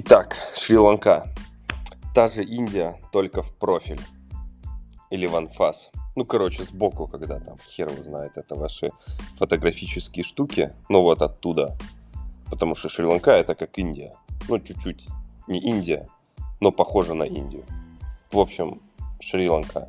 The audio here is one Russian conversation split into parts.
Итак, Шри-Ланка. Та же Индия, только в профиль. Или в анфас. Ну, короче, сбоку, когда там, хер его знает, это ваши фотографические штуки. Ну, вот оттуда. Потому что Шри-Ланка это как Индия. Ну, чуть-чуть. Не Индия, но похоже на Индию. В общем, Шри-Ланка.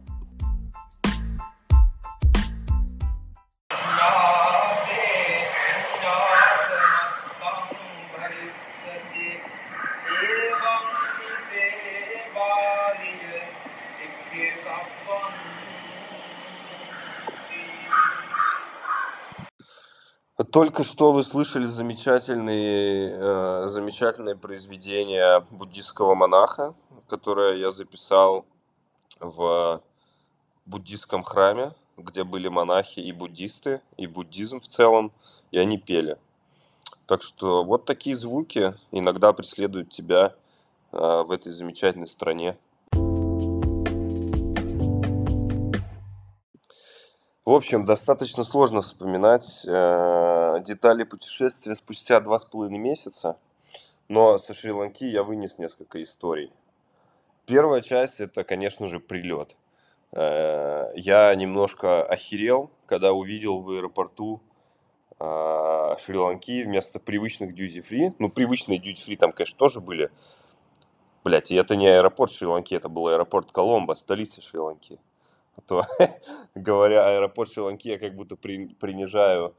Только что вы слышали замечательное произведение буддийского монаха, которое я записал в буддийском храме, где были монахи и буддисты, и буддизм в целом, и они пели. Так что вот такие звуки иногда преследуют тебя в этой замечательной стране. В общем, достаточно сложно вспоминать детали путешествия спустя 2,5 месяца, но со Шри-Ланки я вынес несколько историй. Первая часть – это, конечно же, прилет. Я немножко охерел, когда увидел в аэропорту Шри-Ланки вместо привычных duty-free. Ну, привычные duty-free там, конечно, тоже были. Блять, и это не аэропорт Шри-Ланки, это был аэропорт Коломбо, столица Шри-Ланки. А то, говоря аэропорт Шри-Ланки, я как будто принижаю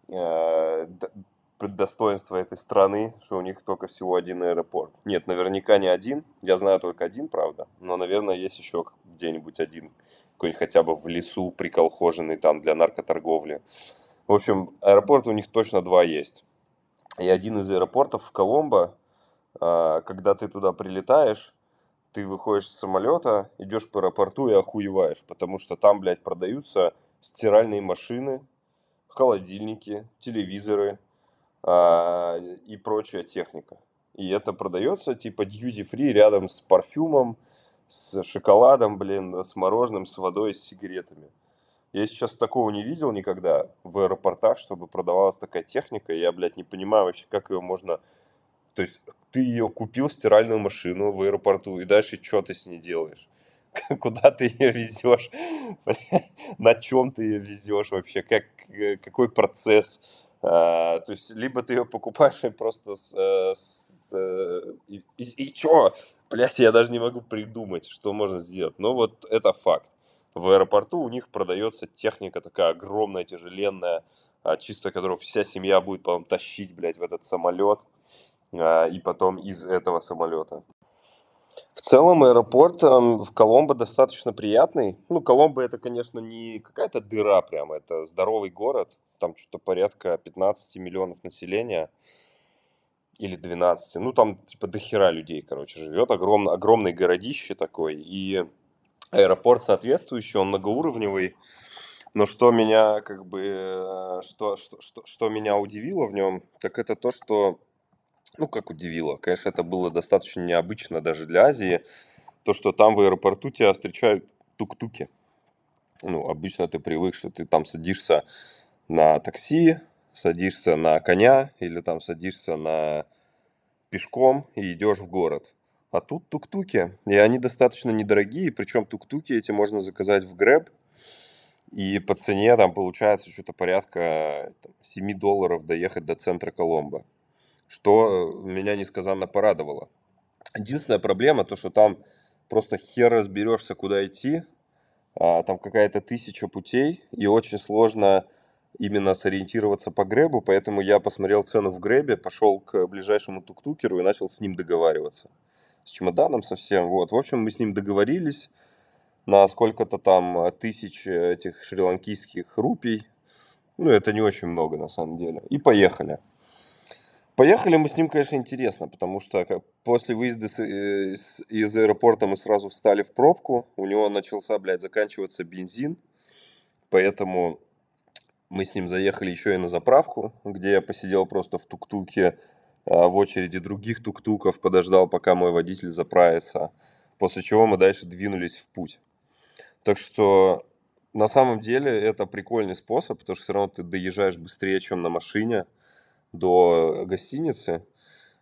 достоинство этой страны, что у них только всего один аэропорт. Нет, наверняка не один. Я знаю только один, правда. Но, наверное, есть еще где-нибудь один. Какой-нибудь хотя бы в лесу приколхоженный там для наркоторговли. В общем, аэропорт у них точно два есть. И один из аэропортов в Коломбо, когда ты туда прилетаешь, ты выходишь с самолета, идешь по аэропорту и охуеваешь, потому что там, блядь, продаются стиральные машины, холодильники, телевизоры и прочая техника. И это продается типа duty-free рядом с парфюмом, с шоколадом, блин, с мороженым, с водой, с сигаретами. Я сейчас такого не видел никогда в аэропортах, чтобы продавалась такая техника. Я, блядь, не понимаю вообще, как ее можно... То есть ты ее купил, стиральную машину в аэропорту, и дальше что ты с ней делаешь? Куда ты ее везешь? На чем ты ее везешь вообще? Какой процесс? То есть либо ты ее покупаешь и просто и чё? Блядь, я даже не могу придумать, что можно сделать. Но вот это факт. В аэропорту у них продается техника такая огромная, тяжеленная, чисто которую вся семья будет потом тащить, блядь, в этот самолет и потом из этого самолета. В целом аэропорт в Коломбо достаточно приятный. Ну, Коломбо это, конечно, не какая-то дыра прям, это здоровый город. Там что-то порядка 15 миллионов населения или 12. Ну, там типа дохера людей, короче, живет. Огромный городище такой. И аэропорт соответствующий, он многоуровневый. Но что меня как бы, что меня удивило в нем, так это то, что, ну, как удивило, конечно, это было достаточно необычно даже для Азии, то, что там в аэропорту тебя встречают тук-туки. Ну, обычно ты привык, что ты там садишься на такси, садишься на коня или там садишься на пешком и идешь в город. А тут тук-туки, и они достаточно недорогие, причем тук-туки эти можно заказать в Grab, и по цене там получается что-то порядка $7 доехать до центра Коломбо, что меня несказанно порадовало. Единственная проблема, то что там просто хер разберешься, куда идти, там какая-то 1000 путей, и очень сложно именно сориентироваться по Грэбу, поэтому я посмотрел цену в Грэбе, пошел к ближайшему тук-тукеру и начал с ним договариваться. С чемоданом совсем, вот. В общем, мы с ним договорились на сколько-то там 1000 этих шри-ланкийских рупий. Ну, это не очень много на самом деле. И поехали. Поехали мы с ним, конечно, интересно, потому что после выезда из аэропорта мы сразу встали в пробку. У него начался, блядь, заканчиваться бензин. Поэтому мы с ним заехали еще и на заправку, где я посидел просто в тук-туке в очереди других тук-туков, подождал, пока мой водитель заправится. После чего мы дальше двинулись в путь. Так что на самом деле это прикольный способ, потому что все равно ты доезжаешь быстрее, чем на машине до гостиницы.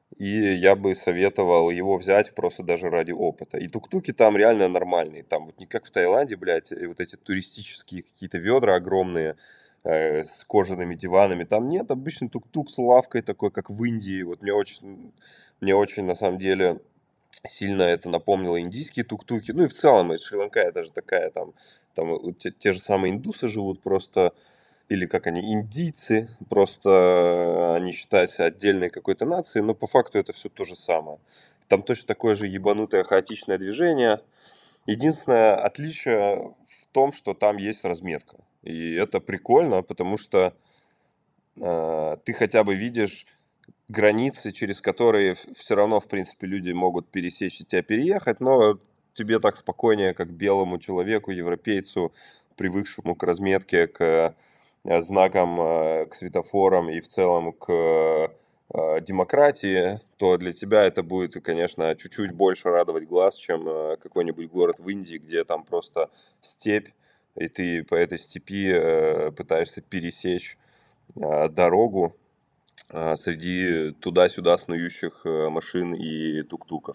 и я бы советовал его взять просто даже ради опыта. И тук-туки там реально нормальные. Там вот не как в Таиланде, блядь, и вот эти туристические какие-то ведра огромные с кожаными диванами. Там нет, обычный тук-тук с лавкой такой, как в Индии. Вот мне очень на самом деле сильно это напомнило индийские тук-туки. Ну и в целом Шри-Ланка это же такая, там вот те же самые индусы живут просто, или как они, индийцы, просто они считаются отдельной какой-то нацией, но по факту это все то же самое. Там точно такое же ебанутое хаотичное движение. Единственное отличие в том, что там есть разметка. И это прикольно, потому что ты хотя бы видишь границы, через которые все равно, в принципе, люди могут пересечь и тебя переехать, но тебе так спокойнее, как белому человеку, европейцу, привыкшему к разметке, к знакам, к светофорам и в целом к демократии, то для тебя это будет, конечно, чуть-чуть больше радовать глаз, чем какой-нибудь город в Индии, где там просто степь, и ты по этой степи пытаешься пересечь дорогу среди туда-сюда снующих машин и тук-туков.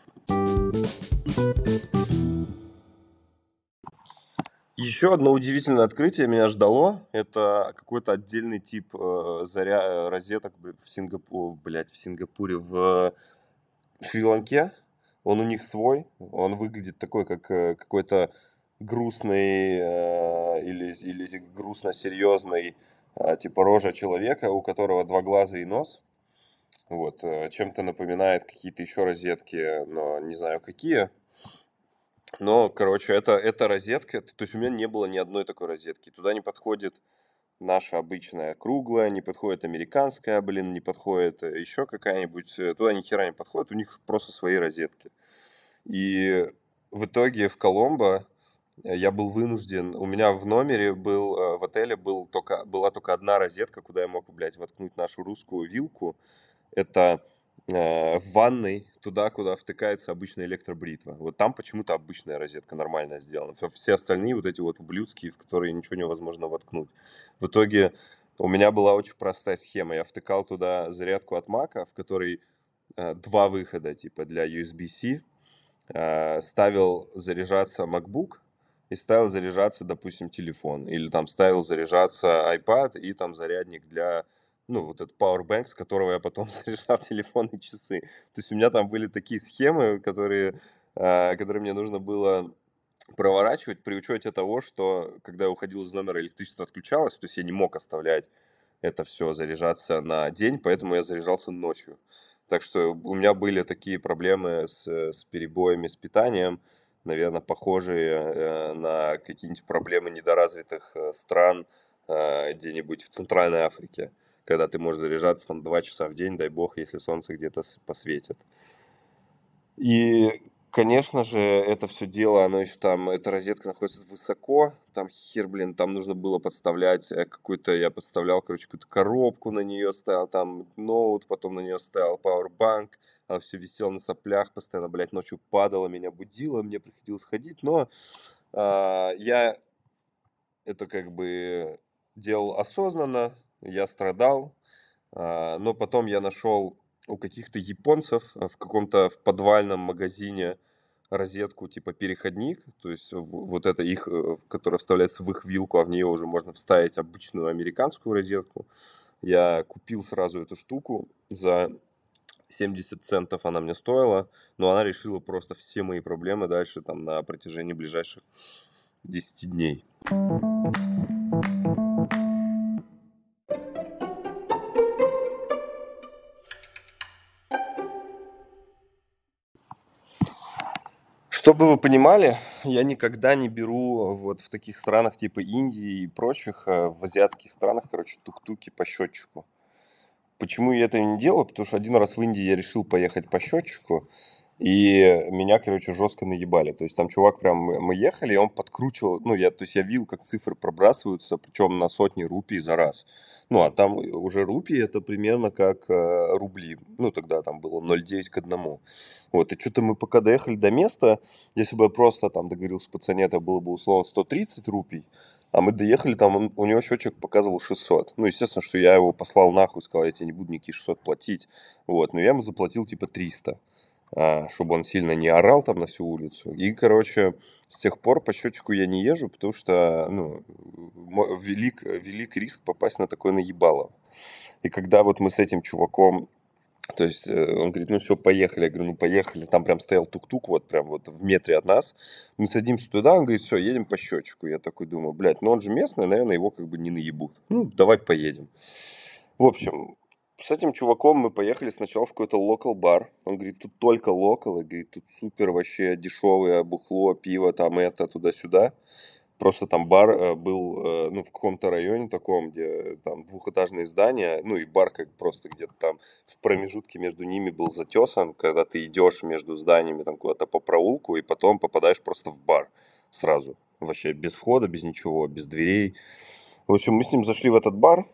Еще одно удивительное открытие меня ждало. Это какой-то отдельный тип розеток в Сингапуре, в Шри-Ланке. Он у них свой. Он выглядит такой, как какой-то грустный или грустно-серьезный типа рожа человека, у которого два глаза и нос. Вот, чем-то напоминает какие-то еще розетки, но не знаю какие. Но, короче, это розетка. То есть у меня не было ни одной такой розетки. Туда не подходит наша обычная круглая, не подходит американская, блин, не подходит еще какая-нибудь. Туда ни хера не подходит, у них просто свои розетки. И в итоге в Коломбо я был вынужден, у меня в номере был, в отеле была только одна розетка, куда я мог, блядь, воткнуть нашу русскую вилку. Это в ванной, туда, куда втыкается обычная электробритва. Вот там почему-то обычная розетка нормально сделана. Все остальные вот эти вот ублюдские, в которые ничего невозможно воткнуть. В итоге у меня была очень простая схема. Я втыкал туда зарядку от Мака, в которой два выхода типа для USB-C. Ставил заряжаться MacBook и ставил заряжаться, допустим, телефон. Или там ставил заряжаться iPad и там зарядник для, ну, вот этот Powerbank, с которого я потом заряжал телефон и часы. То есть у меня там были такие схемы, которые мне нужно было проворачивать при учете того, что когда я уходил из номера, электричество отключалось, то есть я не мог оставлять это все заряжаться на день, поэтому я заряжался ночью. Так что у меня были такие проблемы с перебоями с питанием, наверное, похожие на какие-нибудь проблемы недоразвитых стран где-нибудь в Центральной Африке, когда ты можешь заряжаться там 2 часа в день, дай бог, если солнце где-то посветит. И, конечно же, это все дело, оно еще там, эта розетка находится высоко, там хер, блин, там нужно было подставлять я подставлял, короче, какую-то коробку на нее ставил, там ноут, потом на нее ставил пауэрбанк, она все висела на соплях, постоянно, блядь, ночью падала, меня будила, мне приходилось ходить, но я это как бы делал осознанно, я страдал, но потом я нашел у каких-то японцев в каком-то в подвальном магазине розетку типа переходник, то есть вот это их, которая вставляется в их вилку, а в нее уже можно вставить обычную американскую розетку. Я купил сразу эту штуку за 70 центов она мне стоила, но она решила просто все мои проблемы дальше там на протяжении ближайших 10 дней. Чтобы вы понимали, я никогда не беру вот в таких странах типа Индии и прочих, в азиатских странах, короче, тук-туки по счетчику. Почему я это не делаю? Потому что один раз в Индии я решил поехать по счетчику, и меня, короче, жестко наебали. То есть там чувак прям, мы ехали, и он подкручивал, ну, то есть я видел, как цифры пробрасываются, причем на сотни рупий за раз. Ну, а там уже рупии это примерно как рубли. Ну, тогда там было 0,9 к 1. Вот, и что-то мы пока доехали до места, если бы я просто там договорился с пацане, это было бы условно 130 рупий, А мы доехали, там у него счетчик показывал 600. Ну, естественно, что я его послал нахуй, сказал, я тебе не буду никакие 600 платить. Вот, но я ему заплатил типа 300, чтобы он сильно не орал там на всю улицу. И, короче, с тех пор по счетчику я не езжу, потому что, ну, велик риск попасть на такое наебалово. И когда вот мы с этим чуваком, то есть он говорит, ну все, поехали. Я говорю, ну поехали. Там прям стоял тук-тук, вот прям вот в метре от нас. Мы садимся туда, он говорит, все, едем по счетчику. Я такой думаю, блядь, ну он же местный, наверное, его как бы не наебут. Ну, давай поедем. В общем, с этим чуваком мы поехали сначала в какой-то локал бар. Он говорит, тут только локал, и говорит, тут супер вообще дешевое бухло, пиво, там это, туда-сюда. Просто там бар был, ну, в каком-то районе таком, где там двухэтажные здания, ну, и бар как просто где-то там в промежутке между ними был затесан, когда ты идешь между зданиями там куда-то по проулку, и потом попадаешь просто в бар сразу. Вообще без входа, без ничего, без дверей. В общем, мы с ним зашли в этот бар,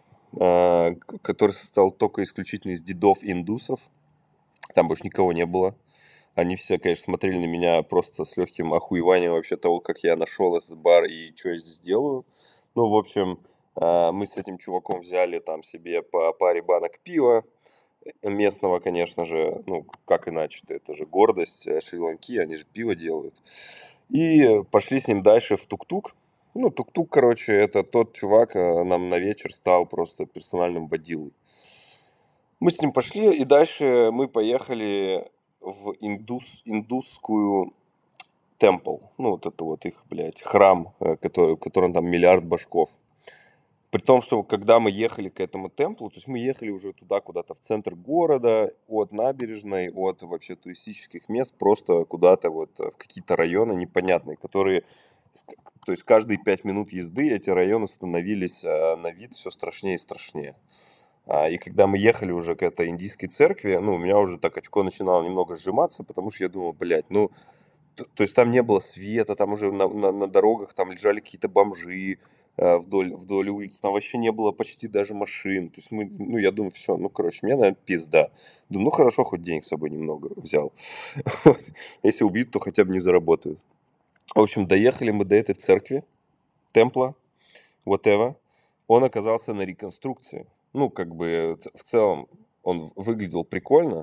который состоял только исключительно из дедов и индусов. Там больше никого не было. Они все, конечно, смотрели на меня просто с легким охуеванием вообще того, как я нашел этот бар и что я здесь делаю. Ну, в общем, мы с этим чуваком взяли там себе по паре банок пива. Местного, конечно же, ну, как иначе-то, это же гордость Шри-Ланки, они же пиво делают. И пошли с ним дальше в тук-тук. Ну, тук-тук, короче, это тот чувак, нам на вечер стал просто персональным водилой. Мы с ним пошли, и дальше мы поехали в индусскую темпл. Ну, вот это вот их, блядь, храм, в котором там миллиард башков. При том, что когда мы ехали к этому темплу, то есть мы ехали уже туда, куда-то в центр города, от набережной, от вообще туристических мест, просто куда-то вот в какие-то районы непонятные, которые, то есть каждые 5 минут езды эти районы становились на вид все страшнее и страшнее. И когда мы ехали уже к этой индийской церкви, ну, у меня уже так очко начинало немного сжиматься, потому что я думал, блядь, ну, то есть там не было света, там уже на дорогах там лежали какие-то бомжи вдоль улиц, там вообще не было почти даже машин. То есть мы, ну, я думаю, все, ну, короче, мне, наверное, пизда. Думаю, ну, хорошо, хоть денег с собой немного взял. Вот. Если убьют, то хотя бы не заработают. В общем, доехали мы до этой церкви, темпла, whatever. Он оказался на реконструкции. Ну, как бы в целом он выглядел прикольно,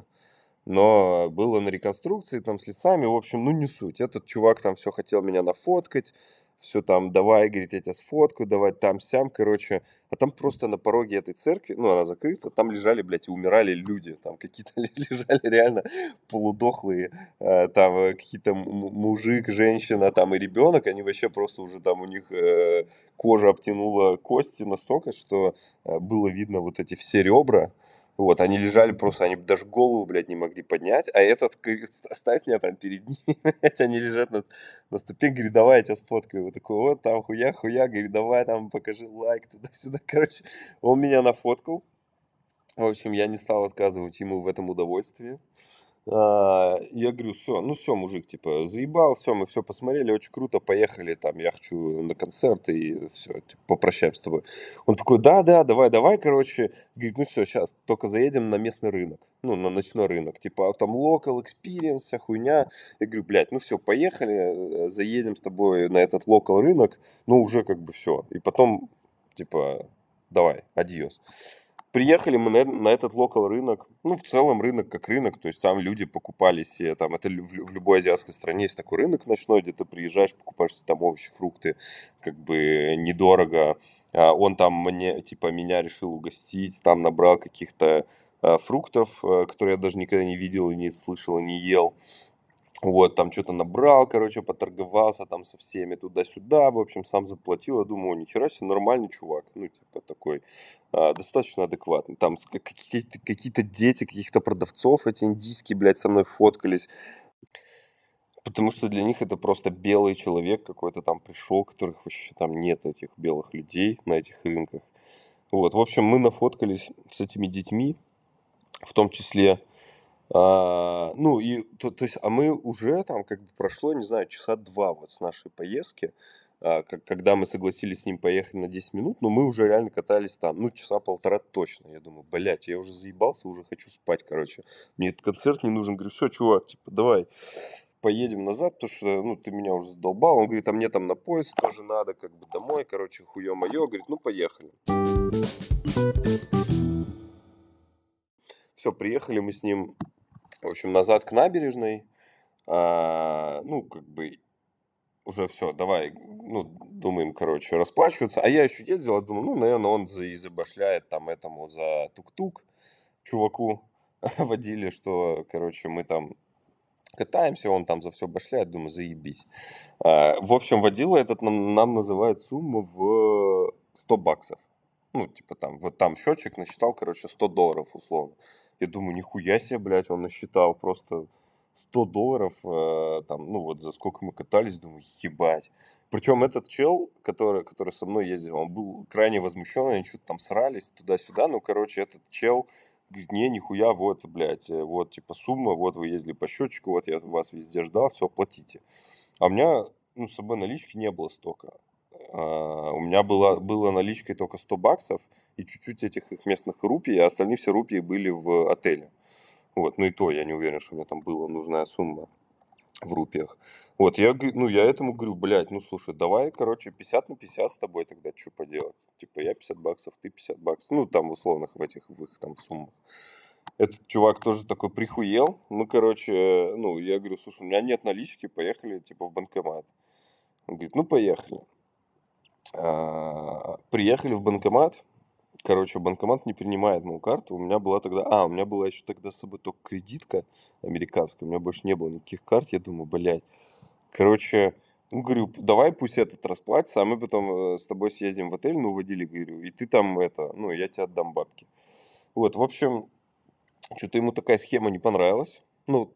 но было на реконструкции, там с лесами, в общем, ну не суть. Этот чувак там все хотел меня нафоткать, все там, давай, говорит, я тебя сфоткаю, давай там-сям, короче. А там просто на пороге этой церкви, ну, она закрыта, там лежали, блядь, и умирали люди. Там какие-то лежали реально полудохлые, какие-то мужик, женщина, там и ребенок, они вообще просто уже там у них кожа обтянула кости настолько, что было видно вот эти все ребра. Вот, они лежали просто, они даже голову, блядь, не могли поднять, а этот говорит, оставь меня прям перед ними, блядь, они лежат на ступеньке, говорит, давай я тебя сфоткаю, вот такой, вот там хуя-хуя, говорит, давай там покажи лайк, туда-сюда, короче, он меня нафоткал, в общем, я не стал отказывать ему в этом удовольствии. Я говорю, все, ну все, мужик, типа, заебал, все, мы все посмотрели, очень круто, поехали, там, я хочу на концерт, и все, типа, попрощаемся с тобой. Он такой, да, давай, короче, говорит, ну все, сейчас, только заедем на местный рынок, ну, на ночной рынок, типа, там, local experience, вся хуйня. Я говорю, блядь, ну все, поехали, заедем с тобой на этот local рынок, ну, уже как бы все, и потом, типа, давай, адьос. Приехали мы на этот локал рынок. Ну, в целом рынок как рынок, то есть там люди покупали себе, там, это в любой азиатской стране есть такой рынок ночной, где ты приезжаешь, покупаешь себе там овощи, фрукты, как бы недорого. Он там мне, типа, меня решил угостить, там набрал каких-то фруктов, которые я даже никогда не видел и не слышал, и не ел. Вот, там что-то набрал, короче, поторговался там со всеми туда-сюда, в общем, сам заплатил. Я думаю, нихера себе, нормальный чувак, ну, типа, такой, достаточно адекватный. Там какие-то дети, каких-то продавцов эти индийские, блядь, со мной фоткались, потому что для них это просто белый человек какой-то там пришел, которых вообще там нет, этих белых людей на этих рынках. Вот, в общем, мы нафоткались с этими детьми, в том числе. Ну, и, то есть, а мы уже там, как бы прошло, не знаю, часа 2 вот с нашей поездки, когда мы согласились с ним поехать на 10 минут, но мы уже реально катались там, ну, часа полтора точно. Я думаю, блядь, я уже заебался, уже хочу спать, короче. Мне этот концерт не нужен. Говорю, все, чувак, типа, давай. поедем назад, потому что, ну, ты меня уже задолбал. Он говорит, а мне там на поезд тоже надо, как бы домой, короче, хуё-моё. Говорит, ну, поехали. Все, приехали мы с ним, в общем, назад к набережной. Ну, как бы, уже все, давай, ну, думаем, короче, расплачиваться. А я еще ездил, я думаю, ну, наверное, он забашляет там этому за тук-тук чуваку водили, что, короче, мы там катаемся, он там за все башляет, думаю, заебись. В общем, водила этот нам называет сумму в 100 баксов. Ну, типа там, вот там счетчик насчитал, короче, $100 условно. Я думаю, нихуя себе, блядь, он насчитал просто $100, там, ну вот за сколько мы катались, думаю, ебать. Причем этот чел, который со мной ездил, он был крайне возмущен, они что-то там срались туда-сюда, ну, короче, этот чел говорит, не, нихуя, вот, блядь, вот, типа, сумма, вот, вы ездили по счетчику, вот, я вас везде ждал, все, платите. А у меня, ну, с собой налички не было столько. У меня было наличкой только 100 баксов и чуть-чуть этих их местных рупий, а остальные все рупии были в отеле. Вот, ну и то я не уверен, что у меня там была нужная сумма в рупиях. Вот, ну, я этому говорю, блядь, ну, слушай, давай, короче, 50 на 50 с тобой тогда, что поделать? Типа, я 50 баксов, ты 50 баксов. Ну, там, в условных, в их там суммах. Этот чувак тоже такой прихуел. Мы, короче, ну, я говорю, слушай, у меня нет налички, поехали, типа, в банкомат. Он говорит, ну, поехали. Приехали в банкомат. Короче, банкомат не принимает мою карту. У меня была еще тогда с собой только кредитка американская. У меня больше не было никаких карт. Я думаю, блядь. Короче, ну, говорю, давай пусть этот расплатится, а мы потом с тобой съездим в отель, ну, водили, говорю, и ты там это, ну, я тебе отдам бабки. Вот, в общем, что-то ему такая схема не понравилась. Ну,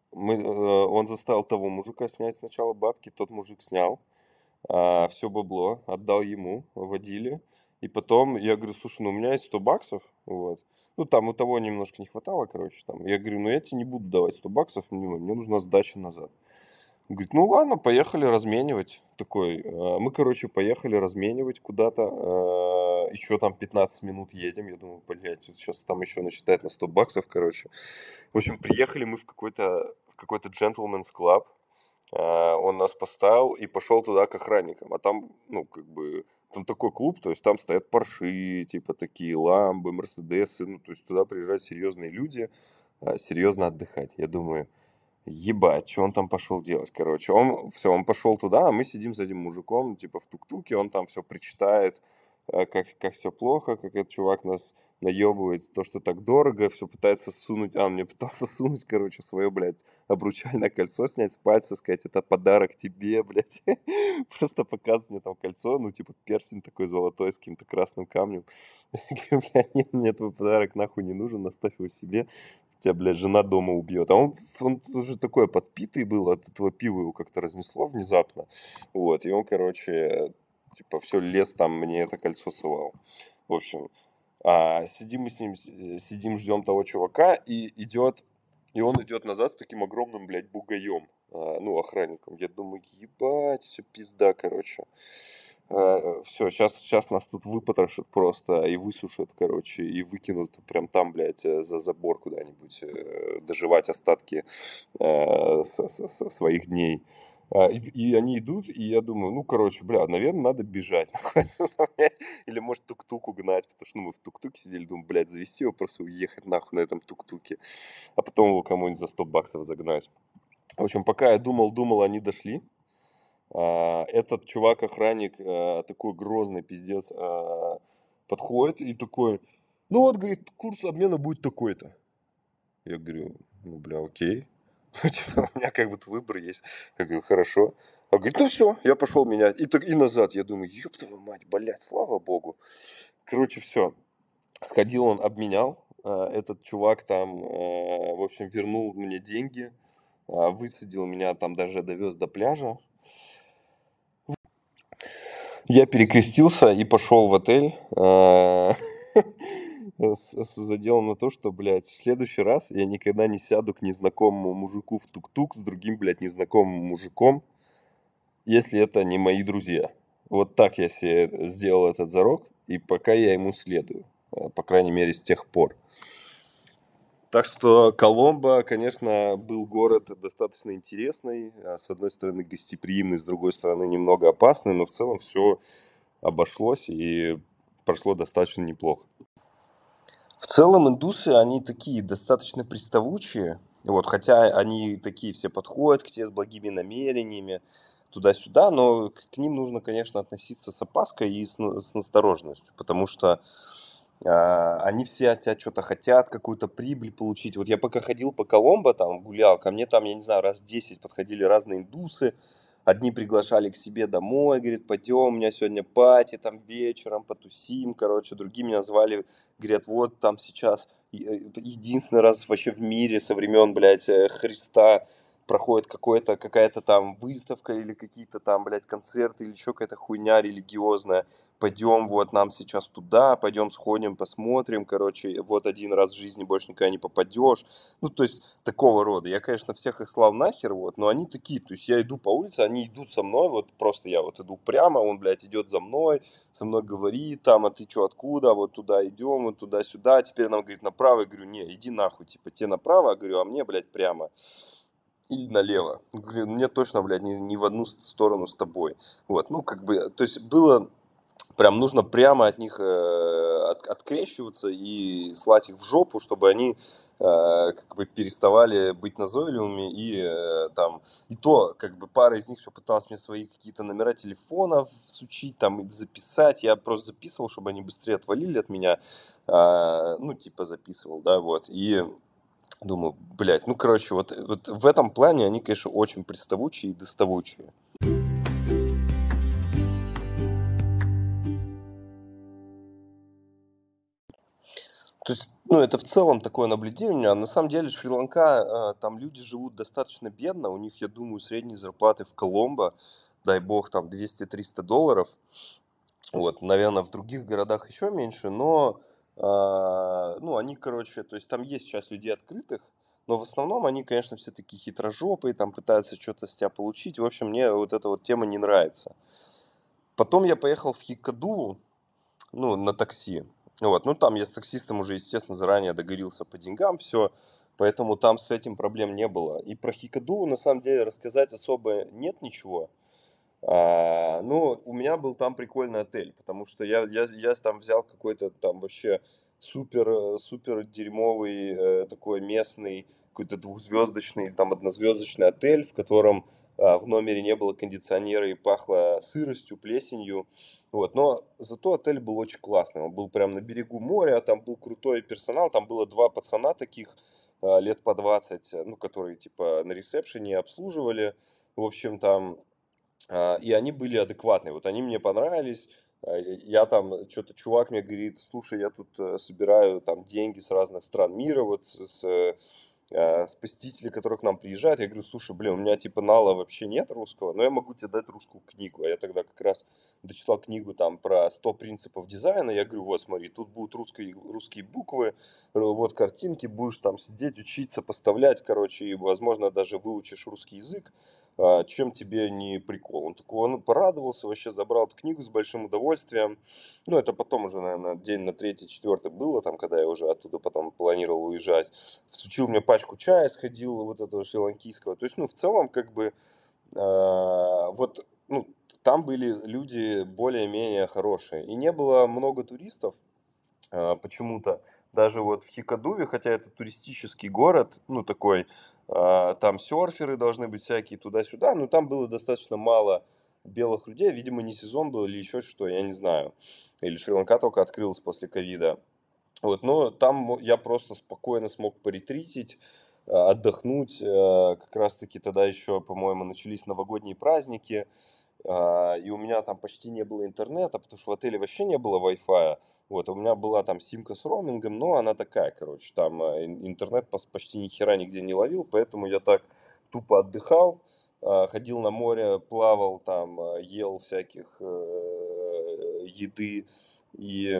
он заставил того мужика снять сначала бабки, тот мужик снял. Все бабло отдал ему, водили. И потом я говорю, слушай, ну у меня есть 100 баксов, вот. Ну, там у того немножко не хватало, короче, там. Я говорю, ну я тебе не буду давать 100 баксов, мне нужна сдача назад. Он говорит, ну ладно, поехали разменивать. Такой, мы, короче, поехали разменивать куда-то. Еще там 15 минут едем. Я думаю, блядь, сейчас там еще насчитает на 100 баксов, короче. В общем, приехали мы в какой-то gentleman's club. Он нас поставил и пошел туда к охранникам. А там, ну, как бы, там такой клуб, то есть там стоят Порши, типа такие Ламбы, Мерседесы, ну, то есть туда приезжают серьезные люди, серьезно отдыхать. Я думаю, ебать, что он там пошел делать, короче. Он пошел туда, а мы сидим с этим мужиком, типа в тук-туке, он там все причитает, как все плохо, как этот чувак нас наебывает, то, что так дорого, все пытается сунуть, он мне пытался сунуть, короче, свое, блядь, обручальное кольцо снять с пальца, сказать, это подарок тебе, блядь. Просто показывает мне там кольцо, ну, типа перстень такой золотой с каким-то красным камнем. Я говорю, блядь, нет, мне твой подарок нахуй не нужен, оставь его себе, тебя, блядь, жена дома убьет. А он уже такой подпитый был, от этого пива его как-то разнесло внезапно. Вот, и он, короче, типа, все лес там мне это кольцо совал. В общем, сидим мы с ним, сидим, ждем того чувака, и он идет назад с таким огромным, блядь, бугаем, ну, охранником. Я думаю, ебать, все пизда, короче. Все, сейчас нас тут выпотрошат просто и высушат, короче, и выкинут прям там, блядь, за забор куда-нибудь, доживать остатки своих дней. И они идут, и я думаю, ну, короче, бля, наверное, надо бежать. Или, может, тук-тук угнать, потому что ну, мы в тук-туке сидели, думаю, блядь, завести его, просто уехать нахуй на этом тук-туке, а потом его кому-нибудь за 100 баксов загнать. В общем, пока я думал, они дошли. Этот чувак-охранник, такой грозный пиздец, подходит и такой, ну вот, говорит, курс обмена будет такой-то. Я говорю, ну, бля, окей. Типа, у меня как будто выбор есть. Я говорю, хорошо. Он говорит, ну все, я пошел менять. И назад. Я думаю, ёб твою мать, блядь, слава богу. Короче, все. Сходил он, обменял. Этот чувак там, в общем, вернул мне деньги. Высадил меня там, даже довез до пляжа. Я перекрестился и пошел в отель. С заделом на то, что, блядь, в следующий раз я никогда не сяду к незнакомому мужику в тук-тук с другим, блядь, незнакомым мужиком, если это не мои друзья. Вот так я себе сделал этот зарок, и пока я ему следую. По крайней мере, с тех пор. Так что Коломбо, конечно, был город достаточно интересный. С одной стороны гостеприимный, с другой стороны немного опасный, но в целом все обошлось и прошло достаточно неплохо. В целом индусы, они такие достаточно приставучие, вот, хотя они такие все подходят к тебе с благими намерениями, туда-сюда, но к ним нужно, конечно, относиться с опаской и с настороженностью, потому что они все от тебя что-то хотят, какую-то прибыль получить. Вот я пока ходил по Коломбо, там гулял, ко мне там, я не знаю, раз 10 подходили разные индусы. Одни приглашали к себе домой, говорит, пойдем, у меня сегодня пати, там вечером потусим, короче. Другие меня звали, говорят, вот там сейчас единственный раз вообще в мире со времен, блядь, Христа проходит какая-то там выставка или какие-то там, блядь, концерты или еще какая-то хуйня религиозная. Пойдем, вот нам сейчас туда, пойдем сходим, посмотрим, короче, вот один раз в жизни больше никогда не попадешь. Ну, то есть, такого рода. Я, конечно, всех их слал нахер, вот, но они такие, то есть, я иду по улице, они идут со мной, вот, просто я вот иду прямо, он, блядь, идет за мной, со мной говорит, там, а ты что, откуда, вот туда идем, вот туда-сюда, теперь нам, говорит, направо, я говорю, не, иди нахуй, типа, тебе направо, я говорю, а мне, блядь, прямо. Или налево. Говорю, мне точно, блядь, ни в одну сторону с тобой. Вот, ну, как бы, то есть, было прям нужно прямо от них открещиваться и слать их в жопу, чтобы они как бы переставали быть назойливыми и там и то как бы пара из них все пыталась мне свои какие-то номера телефонов сучить там и записать, я просто записывал, чтобы они быстрее отвалили от меня, ну типа записывал, да, вот, и думаю, блядь, ну короче, вот в этом плане они, конечно, очень приставучие и доставучие. То есть, ну, это в целом такое наблюдение у меня. На самом деле Шри-Ланка, там люди живут достаточно бедно. У них, я думаю, средние зарплаты в Коломбо, дай бог, там 200-300 долларов. Вот, наверное, в других городах еще меньше, но, ну, они, короче, то есть там есть часть людей открытых, но в основном они, конечно, все такие хитрожопые, там пытаются что-то с тебя получить. В общем, мне вот эта вот тема не нравится. Потом я поехал в Хикадуву, ну, на такси. Вот, ну, там я с таксистом уже, естественно, заранее договорился по деньгам, все, поэтому там с этим проблем не было. И про Хикаду, на самом деле, рассказать особо нет ничего. Ну, у меня был там прикольный отель, потому что я там взял какой-то там вообще супер дерьмовый такой местный, какой-то двухзвездочный, там однозвездочный отель, в котором в номере не было кондиционера и пахло сыростью, плесенью. Вот. Но зато отель был очень классный. Он был прям на берегу моря, там был крутой персонал, там было два пацана таких лет по 20, ну, которые типа на ресепшене обслуживали. В общем, там и они были адекватные. Вот они мне понравились. Я там, что-то чувак мне говорит, слушай, я тут собираю там деньги с разных стран мира, вот с посетителей, которые к нам приезжают. Я говорю, слушай, блин, у меня типа нала вообще нет русского, но я могу тебе дать русскую книгу. А я тогда как раз дочитал книгу там про 100 принципов дизайна. Я говорю, вот смотри, тут будут русские буквы, вот картинки, будешь там сидеть, учиться, поставлять, короче, и, возможно, даже выучишь русский язык. Чем тебе не прикол? Он такой, он порадовался, вообще забрал эту книгу с большим удовольствием. Ну, это потом уже, наверное, день на третий, четвертый было, там, когда я уже оттуда потом планировал уезжать. Всучил мне пачку чая, сходил вот этого шри-ланкийского. То есть, ну, в целом, как бы, вот, ну, там были люди более-менее хорошие. И не было много туристов, почему-то. Даже вот в Хикадуве, хотя это туристический город, ну, такой, там серферы должны быть всякие туда-сюда, но там было достаточно мало белых людей. Видимо, не сезон был или еще что, я не знаю. Или Шри-Ланка только открылась после ковида. Вот, но там я просто спокойно смог поретритить, отдохнуть. Как раз-таки тогда еще, по-моему, начались новогодние праздники. И у меня там почти не было интернета, потому что в отеле вообще не было Wi-Fi. Вот, у меня была там симка с роумингом, но она такая, короче, там интернет почти ни хера нигде не ловил, поэтому я так тупо отдыхал, ходил на море, плавал там, ел всяких еды и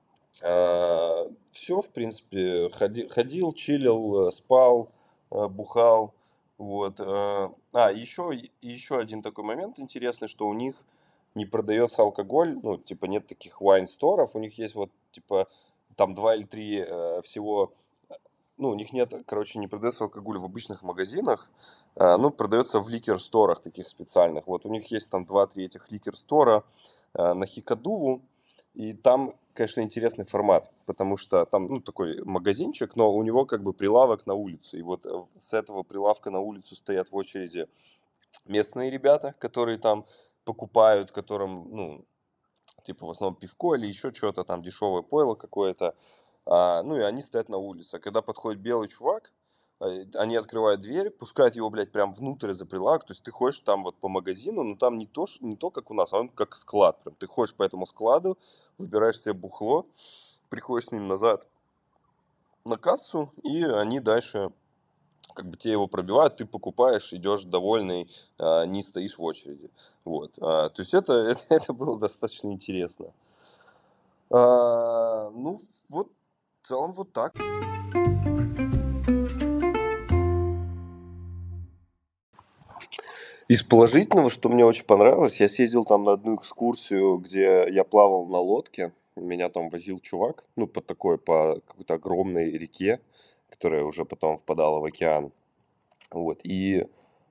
все, в принципе, ходил, чилил, спал, бухал. Вот. Еще один такой момент интересный, что у них не продается алкоголь, ну, типа, нет таких вайн-сторов, у них есть вот, типа, там два или три всего ну, у них нет, короче, не продается алкоголь в обычных магазинах, ну, продается в ликер-сторах таких специальных. Вот у них есть там 2-3 этих ликер-стора на Хикадуву, и там, конечно, интересный формат, потому что там, ну, такой магазинчик, но у него как бы прилавок на улице, и вот с этого прилавка на улицу стоят в очереди местные ребята, которые там покупают, которым, ну, типа в основном пивко или еще что-то там, дешевое пойло какое-то. Ну и они стоят на улице. А когда подходит белый чувак, они открывают дверь, пускают его, блядь, прям внутрь за прилавок. То есть ты ходишь там вот по магазину, но там не то, как у нас, а он как склад. Прям ты ходишь по этому складу, выбираешь себе бухло, приходишь с ним назад на кассу, и они дальше как бы тебе его пробивают, ты покупаешь, идешь довольный, не стоишь в очереди. Вот. То есть это было достаточно интересно. Ну, вот в целом вот так. Из положительного, что мне очень понравилось, я съездил там на одну экскурсию, где я плавал на лодке. Меня там возил чувак, ну, по какой-то огромной реке, которая уже потом впадала в океан. Вот, и,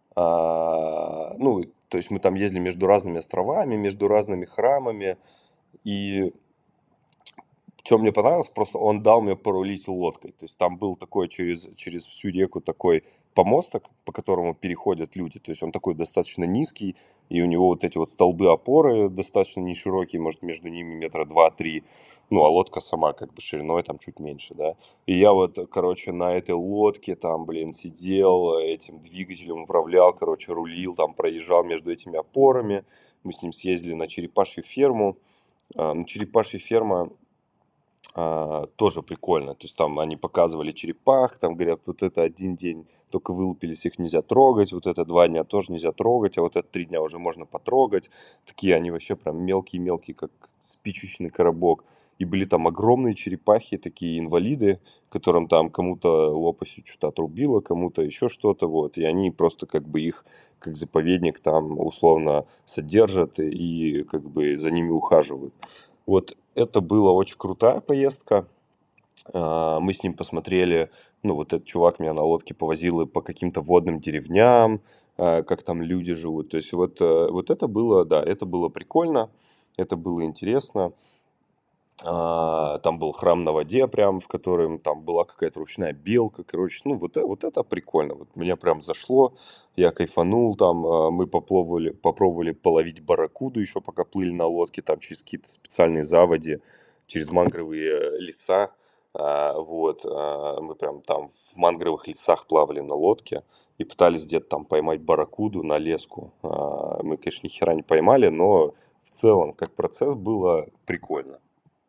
ну, то есть мы там ездили между разными островами, между разными храмами, и что мне понравилось, просто он дал мне порулить лодкой. То есть там был такой через всю реку такой помосток, по которому переходят люди. То есть он такой достаточно низкий, и у него вот эти вот столбы опоры достаточно неширокие, может, между ними метра два-три. Ну, а лодка сама как бы шириной там чуть меньше, да. И я вот, короче, на этой лодке там, блин, сидел, этим двигателем управлял, короче, рулил, там проезжал между этими опорами. Мы с ним съездили на черепашью ферму. Ну, черепашья ферма тоже прикольно. То есть там они показывали черепах, там говорят, вот это один день только вылупились, их нельзя трогать, вот это 2 дня тоже нельзя трогать, а вот это 3 дня уже можно потрогать. Такие они вообще прям мелкие-мелкие, как спичечный коробок. И были там огромные черепахи, такие инвалиды, которым там кому-то лопастью что-то отрубило, кому-то еще что-то, вот. И они просто как бы их, как заповедник, там условно содержат и как бы за ними ухаживают. Вот это была очень крутая поездка. Мы с ним посмотрели, ну, вот этот чувак меня на лодке повозил и по каким-то водным деревням, как там люди живут. То есть вот это было, да, это было прикольно, это было интересно. Там был храм на воде прям, в котором там была какая-то ручная белка, короче, ну, вот это прикольно, вот мне прям зашло, я кайфанул там, мы попробовали половить барракуду еще пока плыли на лодке, там через какие-то специальные заводи, через мангровые леса, вот, мы прям там в мангровых лесах плавали на лодке и пытались где-то там поймать барракуду на леску, мы, конечно, ни хера не поймали, но в целом, как процесс, было прикольно.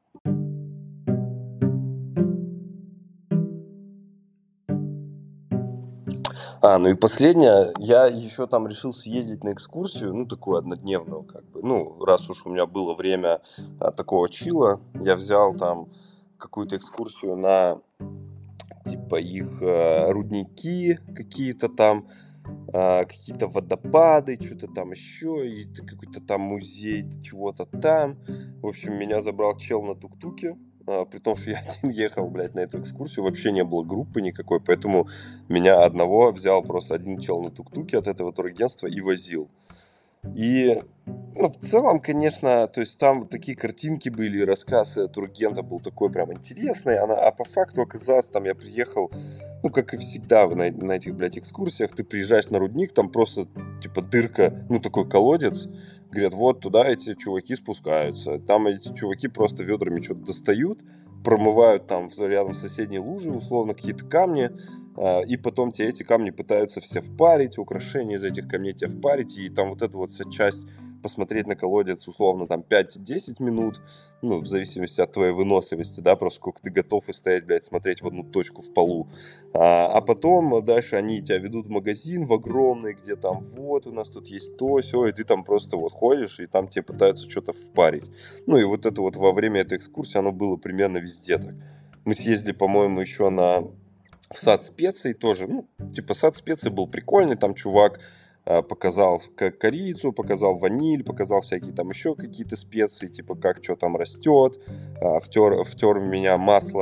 Ну и последнее, я еще там решил съездить на экскурсию, ну, такую однодневную, как бы. Ну, раз уж у меня было время такого чила, я взял там какую-то экскурсию на, типа, их рудники какие-то там, какие-то водопады, что-то там еще, и какой-то там музей чего-то там. В общем, меня забрал чел на тук-туке, при том, что я один ехал, блядь, на эту экскурсию, вообще не было группы никакой, поэтому меня одного взял просто один чел на тук-туке от этого турагентства и возил. И, ну, в целом, конечно, то есть там вот такие картинки были, рассказ турагента был такой прям интересный, а по факту оказалось, там я приехал, ну, как и всегда на этих, блядь, экскурсиях, ты приезжаешь на рудник, там просто, типа, дырка, ну, такой колодец, говорят, вот туда эти чуваки спускаются, там эти чуваки просто ведрами что-то достают, промывают там рядом соседней лужи, условно, какие-то камни, и потом тебе эти камни пытаются все впарить, украшения из этих камней тебе впарить, и там вот эта вот вся часть посмотреть на колодец условно там 5-10 минут, ну, в зависимости от твоей выносливости, да, просто сколько ты готов и стоять, блядь, смотреть в одну точку в полу. А потом дальше они тебя ведут в магазин в огромный, где там вот у нас тут есть то, сё, и ты там просто вот ходишь, и там тебе пытаются что-то впарить. Ну, и вот это вот во время этой экскурсии оно было примерно везде так. Мы съездили, по-моему, еще в сад специй тоже, ну, типа сад специй был прикольный, там чувак показал корицу, показал ваниль, показал всякие там еще какие-то специи, типа как что там растет, втер в меня масло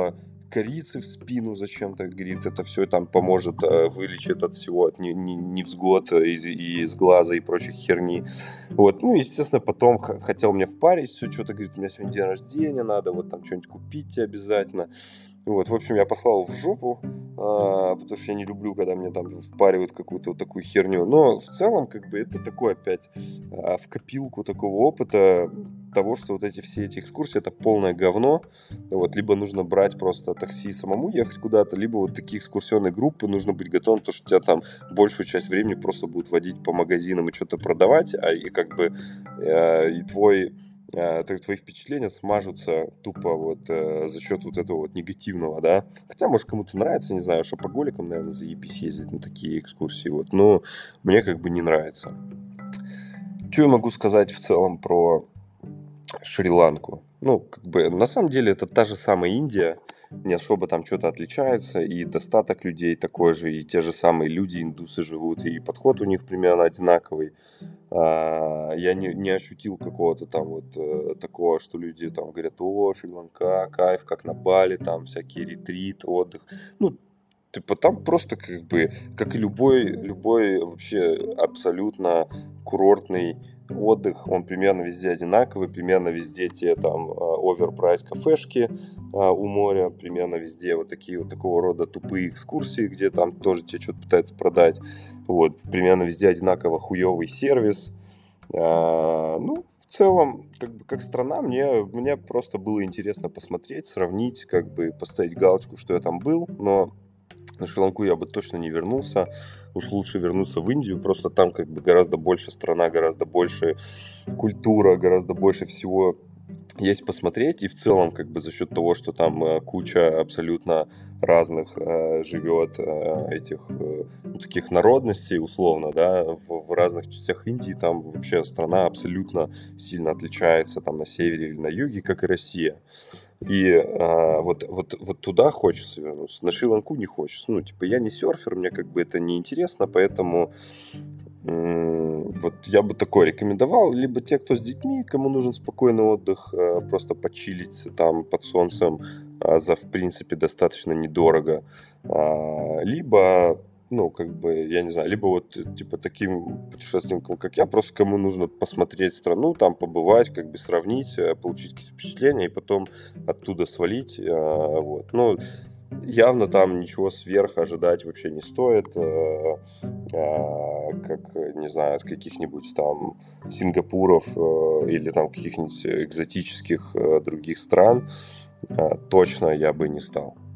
корицы в спину зачем-то, говорит, это все там поможет, вылечит от всего, от невзгод из глаза и прочих херни. Вот, ну, естественно, потом хотел мне впарить все, что-то, говорит, у меня сегодня день рождения, надо вот там что-нибудь купить тебе обязательно. Вот, в общем, я послал в жопу, потому что я не люблю, когда мне там впаривают какую-то вот такую херню. Но в целом, как бы, это такое опять в копилку такого опыта того, что вот все эти экскурсии — это полное говно. Вот, либо нужно брать просто такси и самому ехать куда-то, либо вот такие экскурсионные группы нужно быть готовым, потому что тебя там большую часть времени просто будут водить по магазинам и что-то продавать, и как бы и твои впечатления смажутся тупо вот за счет вот этого вот негативного, да. Хотя, может, кому-то нравится, не знаю, шопоголикам, наверное, заебись ездить на такие экскурсии, вот, но мне как бы не нравится. Что я могу сказать в целом про Шри-Ланку? Ну, как бы, на самом деле, это та же самая Индия, не особо там что-то отличается, и достаток людей такой же, и те же самые люди, индусы живут, и подход у них примерно одинаковый. Я не ощутил какого-то там вот такого, что люди там говорят: о, Шри-Ланка, кайф, как на Бали, там всякий ретрит, отдых. Ну, типа там просто как бы, как и любой вообще абсолютно курортный отдых, он примерно везде одинаковый, примерно везде те там оверпрайс кафешки у моря, примерно везде вот такие вот такого рода тупые экскурсии, где там тоже тебе что-то пытаются продать. Вот, примерно везде одинаково хуёвый сервис. Ну, в целом, как бы как страна, мне просто было интересно посмотреть, сравнить, как бы поставить галочку, что я там был, но на Шри-Ланку я бы точно не вернулся. Уж лучше вернуться в Индию. Просто там как бы гораздо больше страна, гораздо больше культура, гораздо больше всего есть посмотреть. И в целом, как бы за счет того, что там куча абсолютно разных живет этих ну, таких народностей, условно, да, в разных частях Индии, там вообще страна абсолютно сильно отличается там на севере или на юге, как и Россия. И вот туда хочется вернуться, на Шри-Ланку не хочется. Ну, типа, я не серфер, мне как бы это не интересно, поэтому вот я бы такое рекомендовал. Либо те, кто с детьми, кому нужен спокойный отдых, просто почилить там под солнцем за, в принципе, достаточно недорого. Либо, ну, как бы, я не знаю, либо вот, типа, таким путешественникам, как я, просто кому нужно посмотреть страну, там побывать, как бы сравнить, получить какие-то впечатления и потом оттуда свалить. Вот. Ну, явно там ничего сверх ожидать вообще не стоит, как, не знаю, с каких-нибудь там Сингапуров или там каких-нибудь экзотических других стран точно я бы не стал.